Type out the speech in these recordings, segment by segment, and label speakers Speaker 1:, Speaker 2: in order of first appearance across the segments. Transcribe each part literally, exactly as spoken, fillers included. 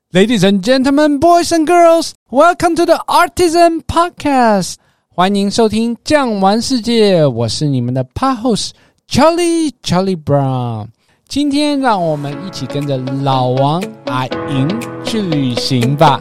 Speaker 1: Ladies and gentlemen, boys and girls, welcome to the Artisan Podcast. 欢迎收听酱玩世界，我是你们的 Pod host Charlie Charlie Brown。今天让我们一起跟着老王阿莹去旅行吧。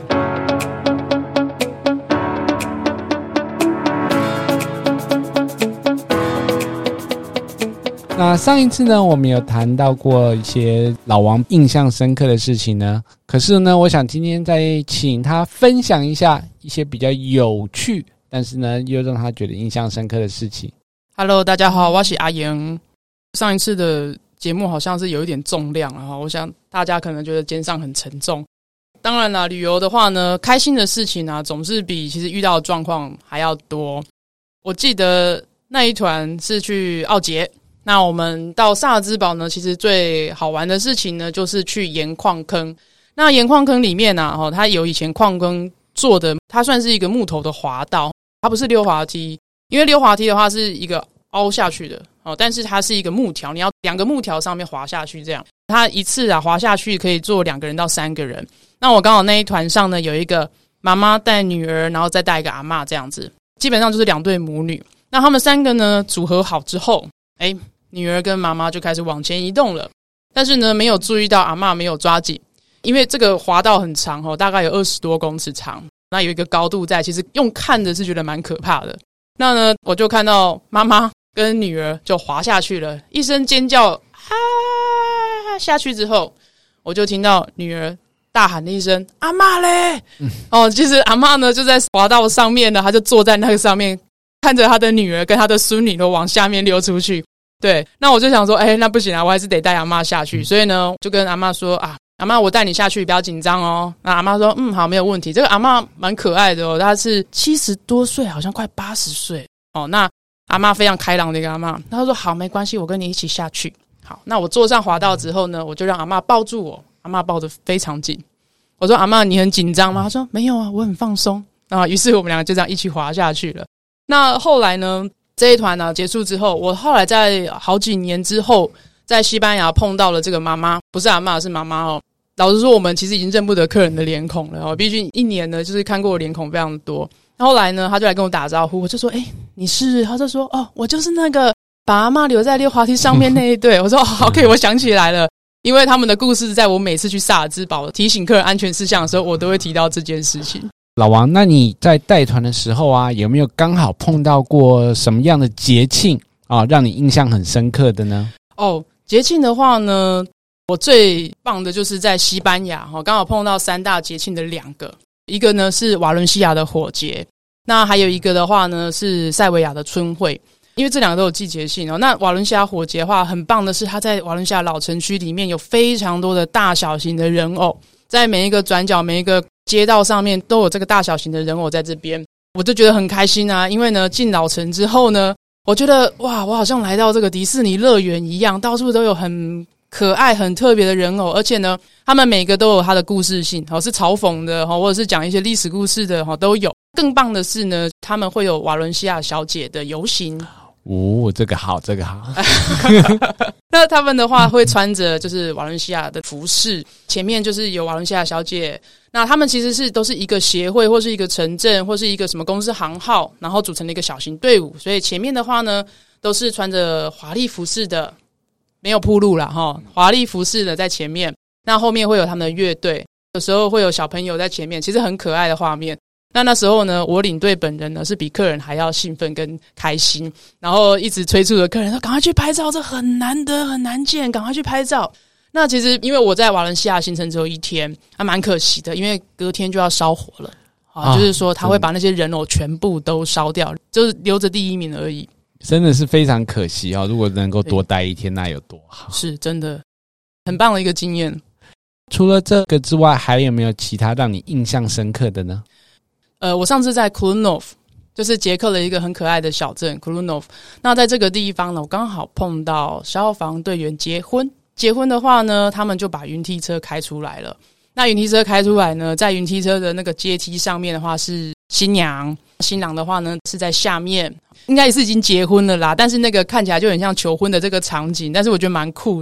Speaker 1: 那上一次呢，我们有谈到过一些老王印象深刻的事情呢。可是呢，我想今天再请他分享一下一些比较有趣，但是呢，又让他觉得印象深刻的事情。
Speaker 2: Hello， 大家好，我是阿莹。上一次的节目好像是有一点重量啊，我想大家可能觉得肩上很沉重。当然啦，旅游的话呢，开心的事情啊，总是比其实遇到的状况还要多。我记得那一团是去奥捷。那我们到萨尔兹堡呢，其实最好玩的事情呢，就是去盐矿坑。那盐矿坑里面啊，哦，它有以前矿坑做的，它算是一个木头的滑道，它不是溜滑梯，因为溜滑梯的话是一个凹下去的哦，但是它是一个木条，你要两个木条上面滑下去，这样它一次啊滑下去可以坐两个人到三个人。那我刚好那一团上呢，有一个妈妈带女儿，然后再带一个阿嬷，这样子，基本上就是两对母女。那他们三个呢组合好之后，哎。女儿跟妈妈就开始往前移动了，但是呢，没有注意到阿嬷没有抓紧，因为这个滑道很长哦，大概有二十多公尺长，那有一个高度在，其实用看的是觉得蛮可怕的。那呢，我就看到妈妈跟女儿就滑下去了，一声尖叫啊！下去之后，我就听到女儿大喊了一声“阿嬷嘞”，嗯、哦，其实阿嬷呢就在滑道上面呢，她就坐在那个上面，看着她的女儿跟她的孙女都往下面溜出去。对，那我就想说，哎、欸，那不行啊，我还是得带阿嬷下去。所以呢，就跟阿嬷说啊，阿嬷，我带你下去，不要紧张哦。那阿嬷说，嗯，好，没有问题。这个阿嬷蛮可爱的哦，她是七十多岁，好像快八十岁哦。那阿嬷非常开朗的一个阿嬷，她说好，没关系，我跟你一起下去。好，那我坐上滑道之后呢，我就让阿嬷抱住我，阿嬷抱得非常紧。我说阿嬷，你很紧张吗？她说没有啊，我很放松啊。于是我们两个就这样一起滑下去了。那后来呢？这一团呢、啊、结束之后，我后来在好几年之后，在西班牙碰到了这个妈妈，不是阿嬷，是妈妈哦。老实说，我们其实已经认不得客人的脸孔了哦，毕竟一年呢，就是看过我脸孔非常多。后来呢，他就来跟我打招呼，我就说：“哎、欸，你是？”他就说：“哦，我就是那个把阿嬷留在溜滑梯上面那一对。”我说：“哦 ，OK， 我想起来了。”因为他们的故事，在我每次去萨尔兹堡提醒客人安全事项的时候，我都会提到这件事情。
Speaker 1: 老王，那你在带团的时候啊，有没有刚好碰到过什么样的节庆啊，让你印象很深刻的呢？
Speaker 2: 哦，节庆的话呢，我最棒的就是在西班牙哈，刚好碰到三大节庆的两个，一个呢是瓦伦西亚的火节，那还有一个的话呢是塞维亚的春会。因为这两个都有季节性哦。那瓦伦西亚火节的话，很棒的是它在瓦伦西亚老城区里面有非常多的大小型的人偶，在每一个转角、每一个街道上面都有这个大小型的人偶在这边，我就觉得很开心啊。因为呢，进老城之后呢，我觉得哇，我好像来到这个迪士尼乐园一样，到处都有很可爱、很特别的人偶，而且呢，他们每个都有它的故事性，是嘲讽的，或者是讲一些历史故事的，都有。更棒的是呢，他们会有瓦伦西亚小姐的游行。
Speaker 1: 哦，这个好，这个好。
Speaker 2: 那他们的话会穿着就是瓦伦西亚的服饰，前面就是有瓦伦西亚小姐。那他们其实是都是一个协会，或是一个城镇，或是一个什么公司行号，然后组成了一个小型队伍。所以前面的话呢，都是穿着华丽服饰的，没有铺路啦齁，华丽服饰的在前面。那后面会有他们的乐队，有时候会有小朋友在前面，其实很可爱的画面。那那时候呢，我领队本人呢是比客人还要兴奋跟开心，然后一直催促着客人说赶快去拍照，这很难得很难见，赶快去拍照。那其实因为我在瓦伦西亚行程只有一天，还蛮可惜的，因为隔天就要烧火了啊，就是说他会把那些人偶全部都烧掉，就是留着第一名而已。
Speaker 1: 真的是非常可惜哦，如果能够多待一天那有多好。
Speaker 2: 是真的很棒的一个经验。
Speaker 1: 除了这个之外，还有没有其他让你印象深刻的呢？
Speaker 2: 呃，我上次在 Krunov， 就是捷克的一个很可爱的小镇 Krunov。那在这个地方呢，我刚好碰到消防队员结婚。结婚的话呢，他们就把云梯车开出来了。那云梯车开出来呢，在云梯车的那个阶梯上面的话是新娘，新郎的话呢是在下面，应该也是已经结婚了啦。但是那个看起来就很像求婚的这个场景，但是我觉得蛮酷的。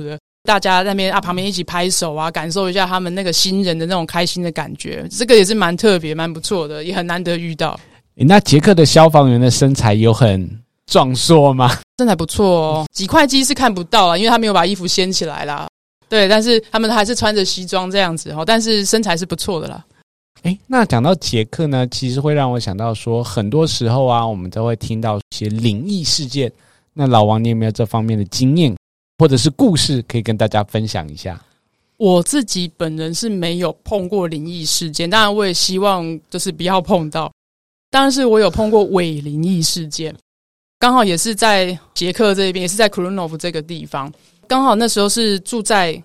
Speaker 2: 大家在那边啊旁边一起拍手啊，感受一下他们那个新人的那种开心的感觉，这个也是蛮特别蛮不错的，也很难得遇到。
Speaker 1: 欸、那捷克的消防员的身材有很壮硕吗？
Speaker 2: 身材不错哦，几块肌是看不到啦，因为他没有把衣服掀起来啦。对，但是他们还是穿着西装这样子哦，但是身材是不错的啦。
Speaker 1: 诶，那讲到捷克呢，其实会让我想到说，很多时候啊，我们都会听到一些灵异事件。那老王，你有没有这方面的经验或者是故事可以跟大家分享一下？
Speaker 2: 我自己本人是没有碰过灵异事件，当然我也希望就是不要碰到。当然是我有碰过伪灵异事件，刚好也是在捷克这边，也是在 Krunov 这个地方。刚好那时候是住在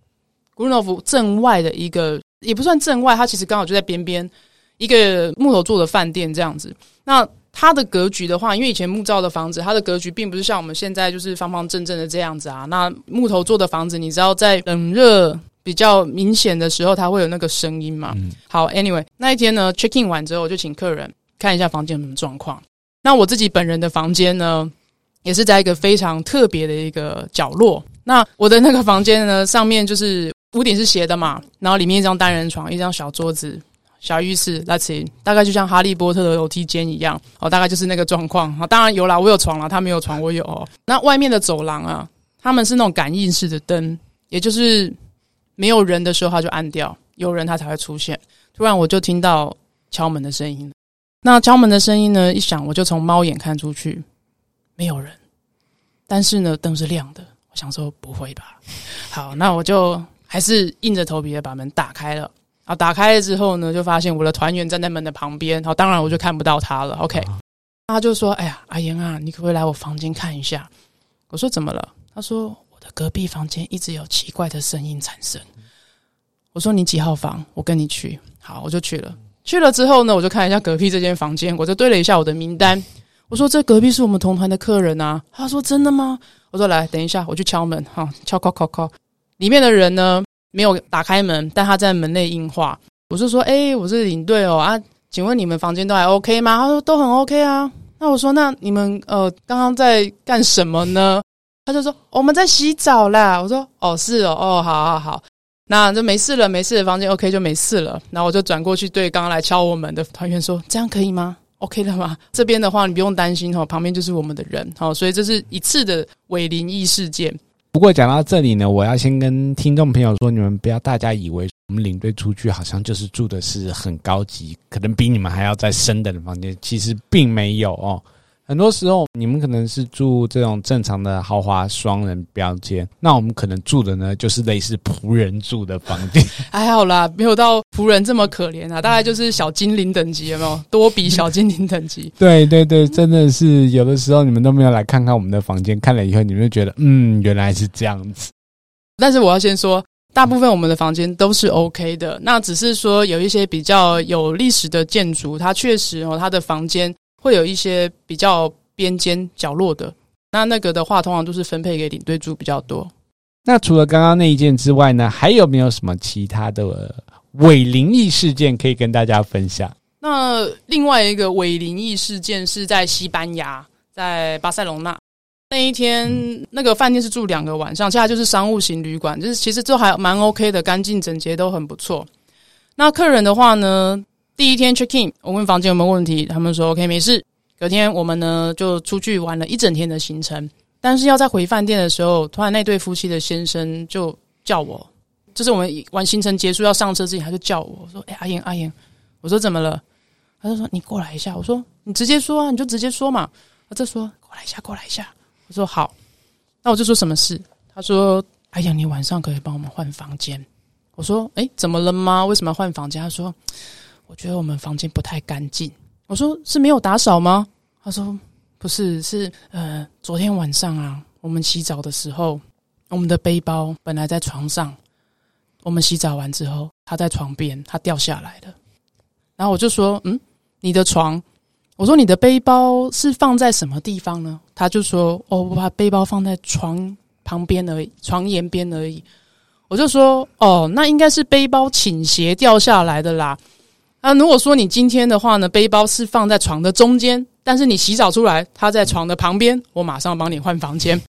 Speaker 2: Krunov 镇外的一个，也不算镇外，它其实刚好就在边边一个木头做的饭店这样子。那它的格局的话，因为以前木造的房子，它的格局并不是像我们现在就是方方正正的这样子啊。那木头做的房子，你知道在冷热比较明显的时候，它会有那个声音嘛。嗯、好 ，anyway， 那一天呢 check in 完之后，我就请客人看一下房间有什么状况。那我自己本人的房间呢，也是在一个非常特别的一个角落。那我的那个房间呢，上面就是屋顶是斜的嘛，然后里面一张单人床，一张小桌子。小浴室 ，That's it， 大概就像哈利波特的楼梯间一样，哦，大概就是那个状况。哦，当然有啦，我有床啦，他没有床，我有。哦，那外面的走廊啊，他们是那种感应式的灯，也就是没有人的时候它就按掉，有人它才会出现。突然我就听到敲门的声音，那敲门的声音呢一响，我就从猫眼看出去，没有人，但是呢灯是亮的。我想说不会吧？好，那我就还是硬着头皮的把门打开了。啊，打开了之后呢，就发现我的团员站在门的旁边，好，当然我就看不到他了。OK， 他就说：“哎呀，阿言啊，你可不可以来我房间看一下？”我说：“怎么了？”他说：“我的隔壁房间一直有奇怪的声音产生。”我说：“你几号房？我跟你去。”好，我就去了。去了之后呢，我就看一下隔壁这间房间，我就对了一下我的名单。我说：“这隔壁是我们同团的客人啊。”他说：“真的吗？”我说：“来，等一下，我去敲门。”好，敲敲敲敲，里面的人呢？没有打开门，但他在门内应话。我就说：“哎、欸，我是领队哦啊，请问你们房间都还 OK 吗？”他说：“都很 OK 啊。”那我说：“那你们呃刚刚在干什么呢？”他就说：“我们在洗澡啦。”我说：“哦，是哦，哦，好好好，那就没事了，没事的，房间 OK 就没事了。”然后我就转过去对刚刚来敲我们的团员说：“这样可以吗 ？OK 了吗？这边的话你不用担心哦，旁边就是我们的人。好，所以这是一次的伪灵异事件。”
Speaker 1: 不过讲到这里呢，我要先跟听众朋友说，你们不要大家以为我们领队出去好像就是住的是很高级，可能比你们还要再升等的房间，其实并没有哦。很多时候你们可能是住这种正常的豪华双人标间，那我们可能住的呢就是类似仆人住的房间。
Speaker 2: 还好啦，没有到仆人这么可怜啊，大概就是小精灵等级，有没有？多比小精灵等级。
Speaker 1: 对对对，真的是有的时候你们都没有来看看我们的房间，看了以后你们就觉得嗯原来是这样子。
Speaker 2: 但是我要先说，大部分我们的房间都是 OK 的，那只是说有一些比较有历史的建筑，它确实哦，它的房间会有一些比较边间角落的，那那个的话通常都是分配给领队住比较多。
Speaker 1: 那除了刚刚那一件之外呢，还有没有什么其他的伪灵异事件可以跟大家分享？
Speaker 2: 那另外一个伪灵异事件是在西班牙，在巴塞隆纳。那一天、嗯、那个饭店是住两个晚上，其实它就是商务型旅馆，就是其实都还蛮 OK 的，干净整洁都很不错。那客人的话呢，第一天 check in， 我问房间有没有问题，他们说 OK 没事。隔天我们呢就出去玩了一整天的行程，但是要在回饭店的时候，突然那对夫妻的先生就叫我，就是我们玩行程结束要上车之前，他就叫我，我说哎、欸、阿言阿言，我说怎么了？他就说你过来一下，我说你直接说啊，你就直接说嘛。他就说过来一下过来一下，我说好。那我就说什么事？他说哎呀，你晚上可以帮我们换房间。我说哎、欸、怎么了吗？为什么要换房间？他说我觉得我们房间不太干净。我说是没有打扫吗？他说不是，是呃昨天晚上啊，我们洗澡的时候，我们的背包本来在床上，我们洗澡完之后，他在床边，他掉下来了。然后我就说嗯，你的床？我说你的背包是放在什么地方呢？他就说哦，我把背包放在床旁边而已，床沿边而已。我就说哦，那应该是背包倾斜掉下来的啦。啊，如果说你今天的话呢，背包是放在床的中间，但是你洗澡出来，它在床的旁边，我马上帮你换房间。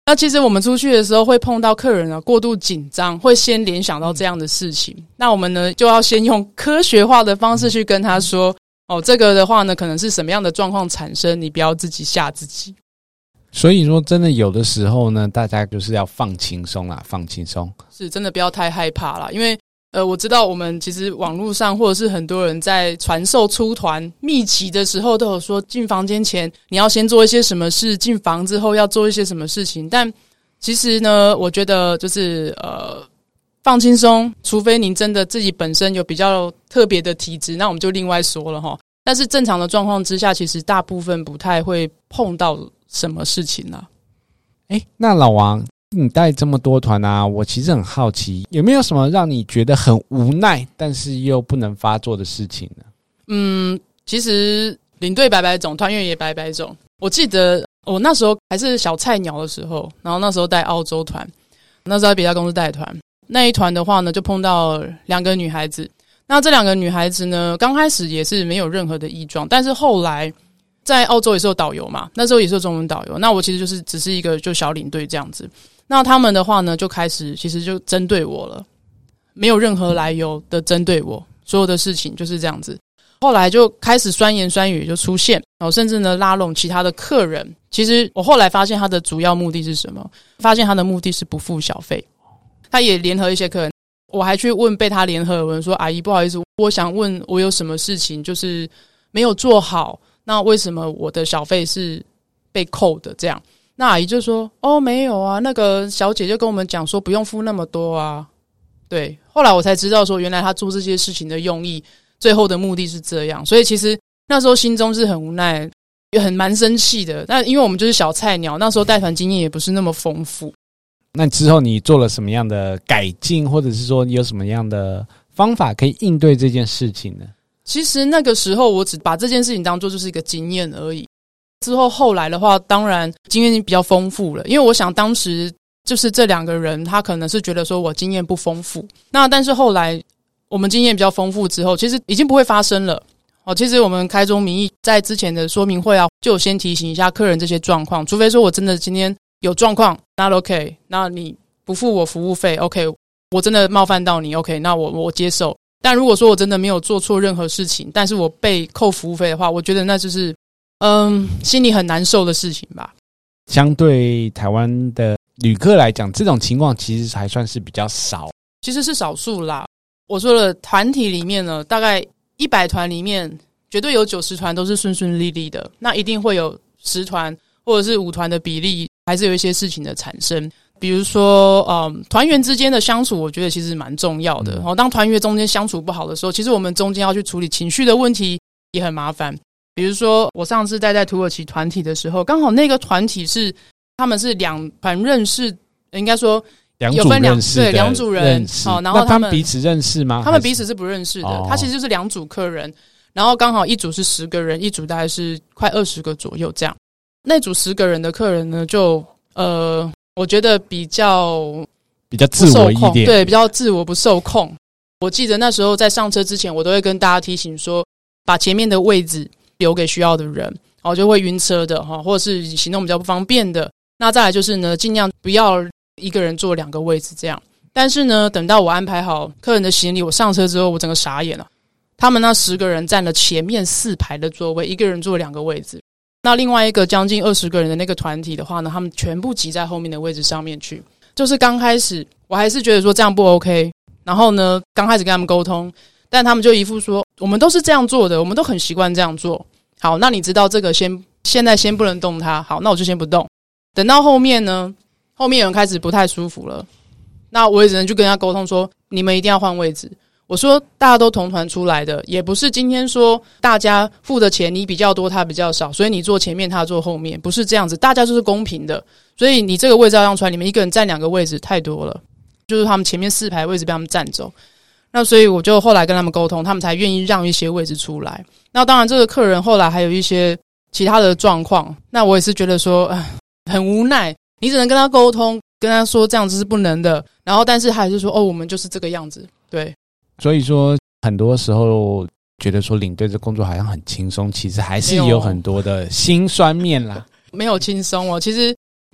Speaker 2: 那其实我们出去的时候会碰到客人啊过度紧张，会先联想到这样的事情。那我们呢就要先用科学化的方式去跟他说，哦，这个的话呢可能是什么样的状况产生，你不要自己吓自己。
Speaker 1: 所以说真的有的时候呢，大家就是要放轻松啦，放轻松。
Speaker 2: 是真的不要太害怕啦，因为呃，我知道我们其实网络上或者是很多人在传授出团秘籍的时候都有说，进房间前你要先做一些什么事，进房之后要做一些什么事情。但其实呢，我觉得就是呃放轻松，除非您真的自己本身有比较特别的体质，那我们就另外说了齁。但是正常的状况之下，其实大部分不太会碰到什么事情啦。
Speaker 1: 诶，那老王，你带这么多团啊，我其实很好奇，有没有什么让你觉得很无奈，但是又不能发作的事情呢？
Speaker 2: 嗯，其实领队百百种，团员也百百种。我记得我那时候还是小菜鸟的时候，然后那时候带澳洲团，那时候在别家公司带团，那一团的话呢，就碰到两个女孩子。那这两个女孩子呢，刚开始也是没有任何的异状，但是后来在澳洲也是有导游嘛，那时候也是有中文导游，那我其实就是只是一个就小领队这样子。那他们的话呢，就开始其实就针对我了，没有任何来由的针对我，所有的事情就是这样子。后来就开始酸言酸语就出现，然后甚至呢拉拢其他的客人。其实我后来发现他的主要目的是什么？发现他的目的是不付小费。他也联合一些客人，我还去问被他联合的人说：“阿姨，不好意思，我想问我有什么事情就是没有做好，那为什么我的小费是被扣的？”这样，那阿姨就说：“哦，没有啊，那个小姐就跟我们讲说不用付那么多啊。”对，后来我才知道说，原来他做这些事情的用意，最后的目的是这样。所以其实那时候心中是很无奈，也很蛮生气的。但因为我们就是小菜鸟，那时候带团经验也不是那么丰富。
Speaker 1: 那之后你做了什么样的改进，或者是说你有什么样的方法可以应对这件事情呢？
Speaker 2: 其实那个时候我只把这件事情当作就是一个经验而已。之后后来的话，当然经验比较丰富了，因为我想当时就是这两个人他可能是觉得说我经验不丰富，那但是后来我们经验比较丰富之后，其实已经不会发生了。哦，其实我们开宗明义在之前的说明会啊，就有先提醒一下客人这些状况，除非说我真的今天有状况，那 OK， 那你不付我服务费 OK， 我真的冒犯到你 OK， 那我我接受。但如果说我真的没有做错任何事情，但是我被扣服务费的话，我觉得那就是嗯心里很难受的事情吧。
Speaker 1: 相对台湾的旅客来讲，这种情况其实还算是比较少，
Speaker 2: 其实是少数啦。我说了，团体里面呢，大概一百团里面绝对有九十团都是顺顺利利的，那一定会有十团或者是五团的比例还是有一些事情的产生。比如说嗯，团员之间的相处我觉得其实蛮重要的、嗯、当团员中间相处不好的时候，其实我们中间要去处理情绪的问题也很麻烦。比如说我上次带在土耳其团体的时候，刚好那个团体是他们是两团认识，应该说有分两对两组人，好，然后他们
Speaker 1: 那他们彼此认识吗？
Speaker 2: 他们彼此是不认识的、哦、他其实就是两组客人，然后刚好一组是十个人，一组大概是快二十个左右这样。那组十个人的客人呢，就呃我觉得比较
Speaker 1: 比较自我一点，
Speaker 2: 对，比较自我不受控。我记得那时候在上车之前，我都会跟大家提醒说，把前面的位置留给需要的人，然后就会晕车的哈，或者是行动比较不方便的。那再来就是呢，尽量不要一个人坐两个位置这样。但是呢，等到我安排好客人的行李，我上车之后，我整个傻眼了。他们那十个人占了前面四排的座位，一个人坐两个位置。那另外一个将近二十个人的那个团体的话呢，他们全部挤在后面的位置上面去。就是刚开始我还是觉得说这样不 OK， 然后呢刚开始跟他们沟通，但他们就一副说我们都是这样做的，我们都很习惯这样做。好，那你知道这个先现在先不能动它，好，那我就先不动。等到后面呢，后面有人开始不太舒服了，那我也只能去跟他沟通说，你们一定要换位置。我说大家都同团出来的，也不是今天说大家付的钱你比较多他比较少，所以你坐前面他坐后面，不是这样子，大家就是公平的。所以你这个位置要让出来，你们一个人占两个位置太多了，就是他们前面四排位置被他们占走。那所以我就后来跟他们沟通，他们才愿意让一些位置出来。那当然这个客人后来还有一些其他的状况，那我也是觉得说很无奈，你只能跟他沟通，跟他说这样子是不能的，然后但是他还是说哦我们就是这个样子。对，
Speaker 1: 所以说很多时候觉得说领队这工作好像很轻松，其实还是有很多的辛酸面啦。
Speaker 2: 没有轻松哦，其实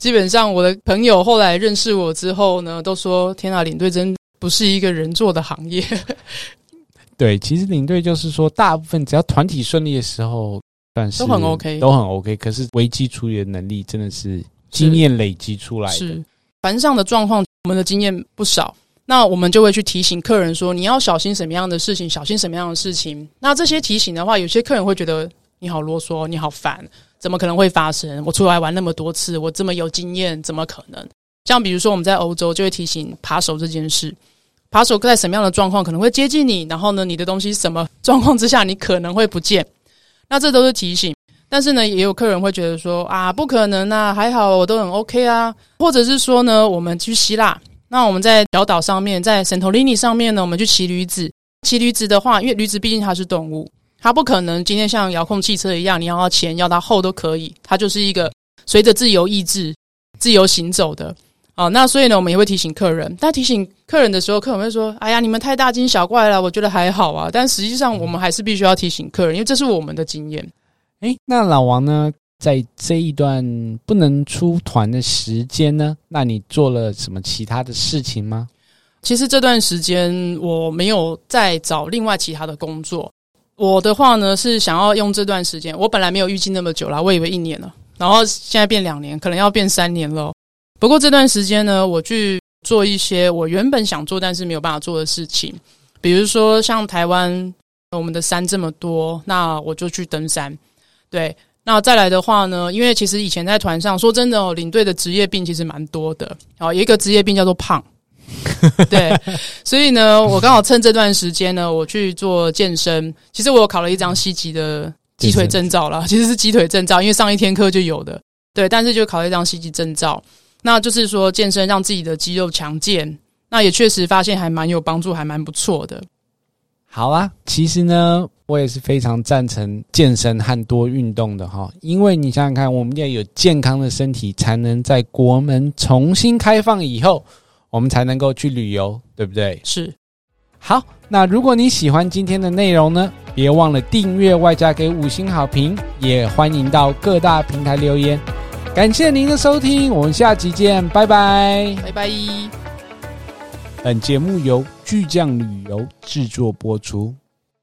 Speaker 2: 基本上我的朋友后来认识我之后呢，都说天啊，领队真不是一个人做的行业。
Speaker 1: 对，其实领队就是说大部分只要团体顺利的时候算是
Speaker 2: 都很 OK，
Speaker 1: 都很 OK， 可是危机处理的能力真的是经验累积出来的。
Speaker 2: 是船上的状况我们的经验不少，那我们就会去提醒客人说你要小心什么样的事情，小心什么样的事情。那这些提醒的话，有些客人会觉得你好啰嗦，你好烦，怎么可能会发生？我出来玩那么多次，我这么有经验，怎么可能？像比如说我们在欧洲就会提醒扒手这件事，扒手在什么样的状况可能会接近你，然后呢你的东西什么状况之下你可能会不见，那这都是提醒。但是呢也有客人会觉得说啊不可能啊，还好我都很 OK 啊，或者是说呢我们去希腊，那我们在小岛上面，在圣托里尼上面呢，我们去骑驴子。骑驴子的话，因为驴子毕竟它是动物，它不可能今天像遥控汽车一样，你要它前要它后都可以，它就是一个随着自由意志自由行走的。好，那所以呢我们也会提醒客人，但提醒客人的时候，客人会说哎呀你们太大惊小怪了，我觉得还好啊，但实际上我们还是必须要提醒客人，因为这是我们的经验。
Speaker 1: 诶，那老王呢在这一段不能出团的时间呢，那你做了什么其他的事情吗？
Speaker 2: 其实这段时间我没有再找另外其他的工作，我的话呢是想要用这段时间，我本来没有预计那么久啦，我以为一年了，然后现在变两年，可能要变三年了。不过这段时间呢，我去做一些我原本想做但是没有办法做的事情，比如说像台湾我们的山这么多，那我就去登山。对，那再来的话呢，因为其实以前在团上说真的哦，领队的职业病其实蛮多的，有一个职业病叫做胖。对，所以呢我刚好趁这段时间呢我去做健身，其实我有考了一张 C 级的鸡腿证照啦，其实是鸡腿证照，因为上一天课就有的。对，但是就考了一张 C 级证照，那就是说健身让自己的肌肉强健，那也确实发现还蛮有帮助，还蛮不错的。
Speaker 1: 好啊，其实呢我也是非常赞成健身和多运动的齁，因为你想想看，我们要有健康的身体，才能在国门重新开放以后，我们才能够去旅游，对不对？
Speaker 2: 是。
Speaker 1: 好，那如果你喜欢今天的内容呢，别忘了订阅外加给五星好评，也欢迎到各大平台留言。感谢您的收听，我们下集见，拜拜，
Speaker 2: 拜拜。
Speaker 1: 本节目由巨匠旅游制作播出。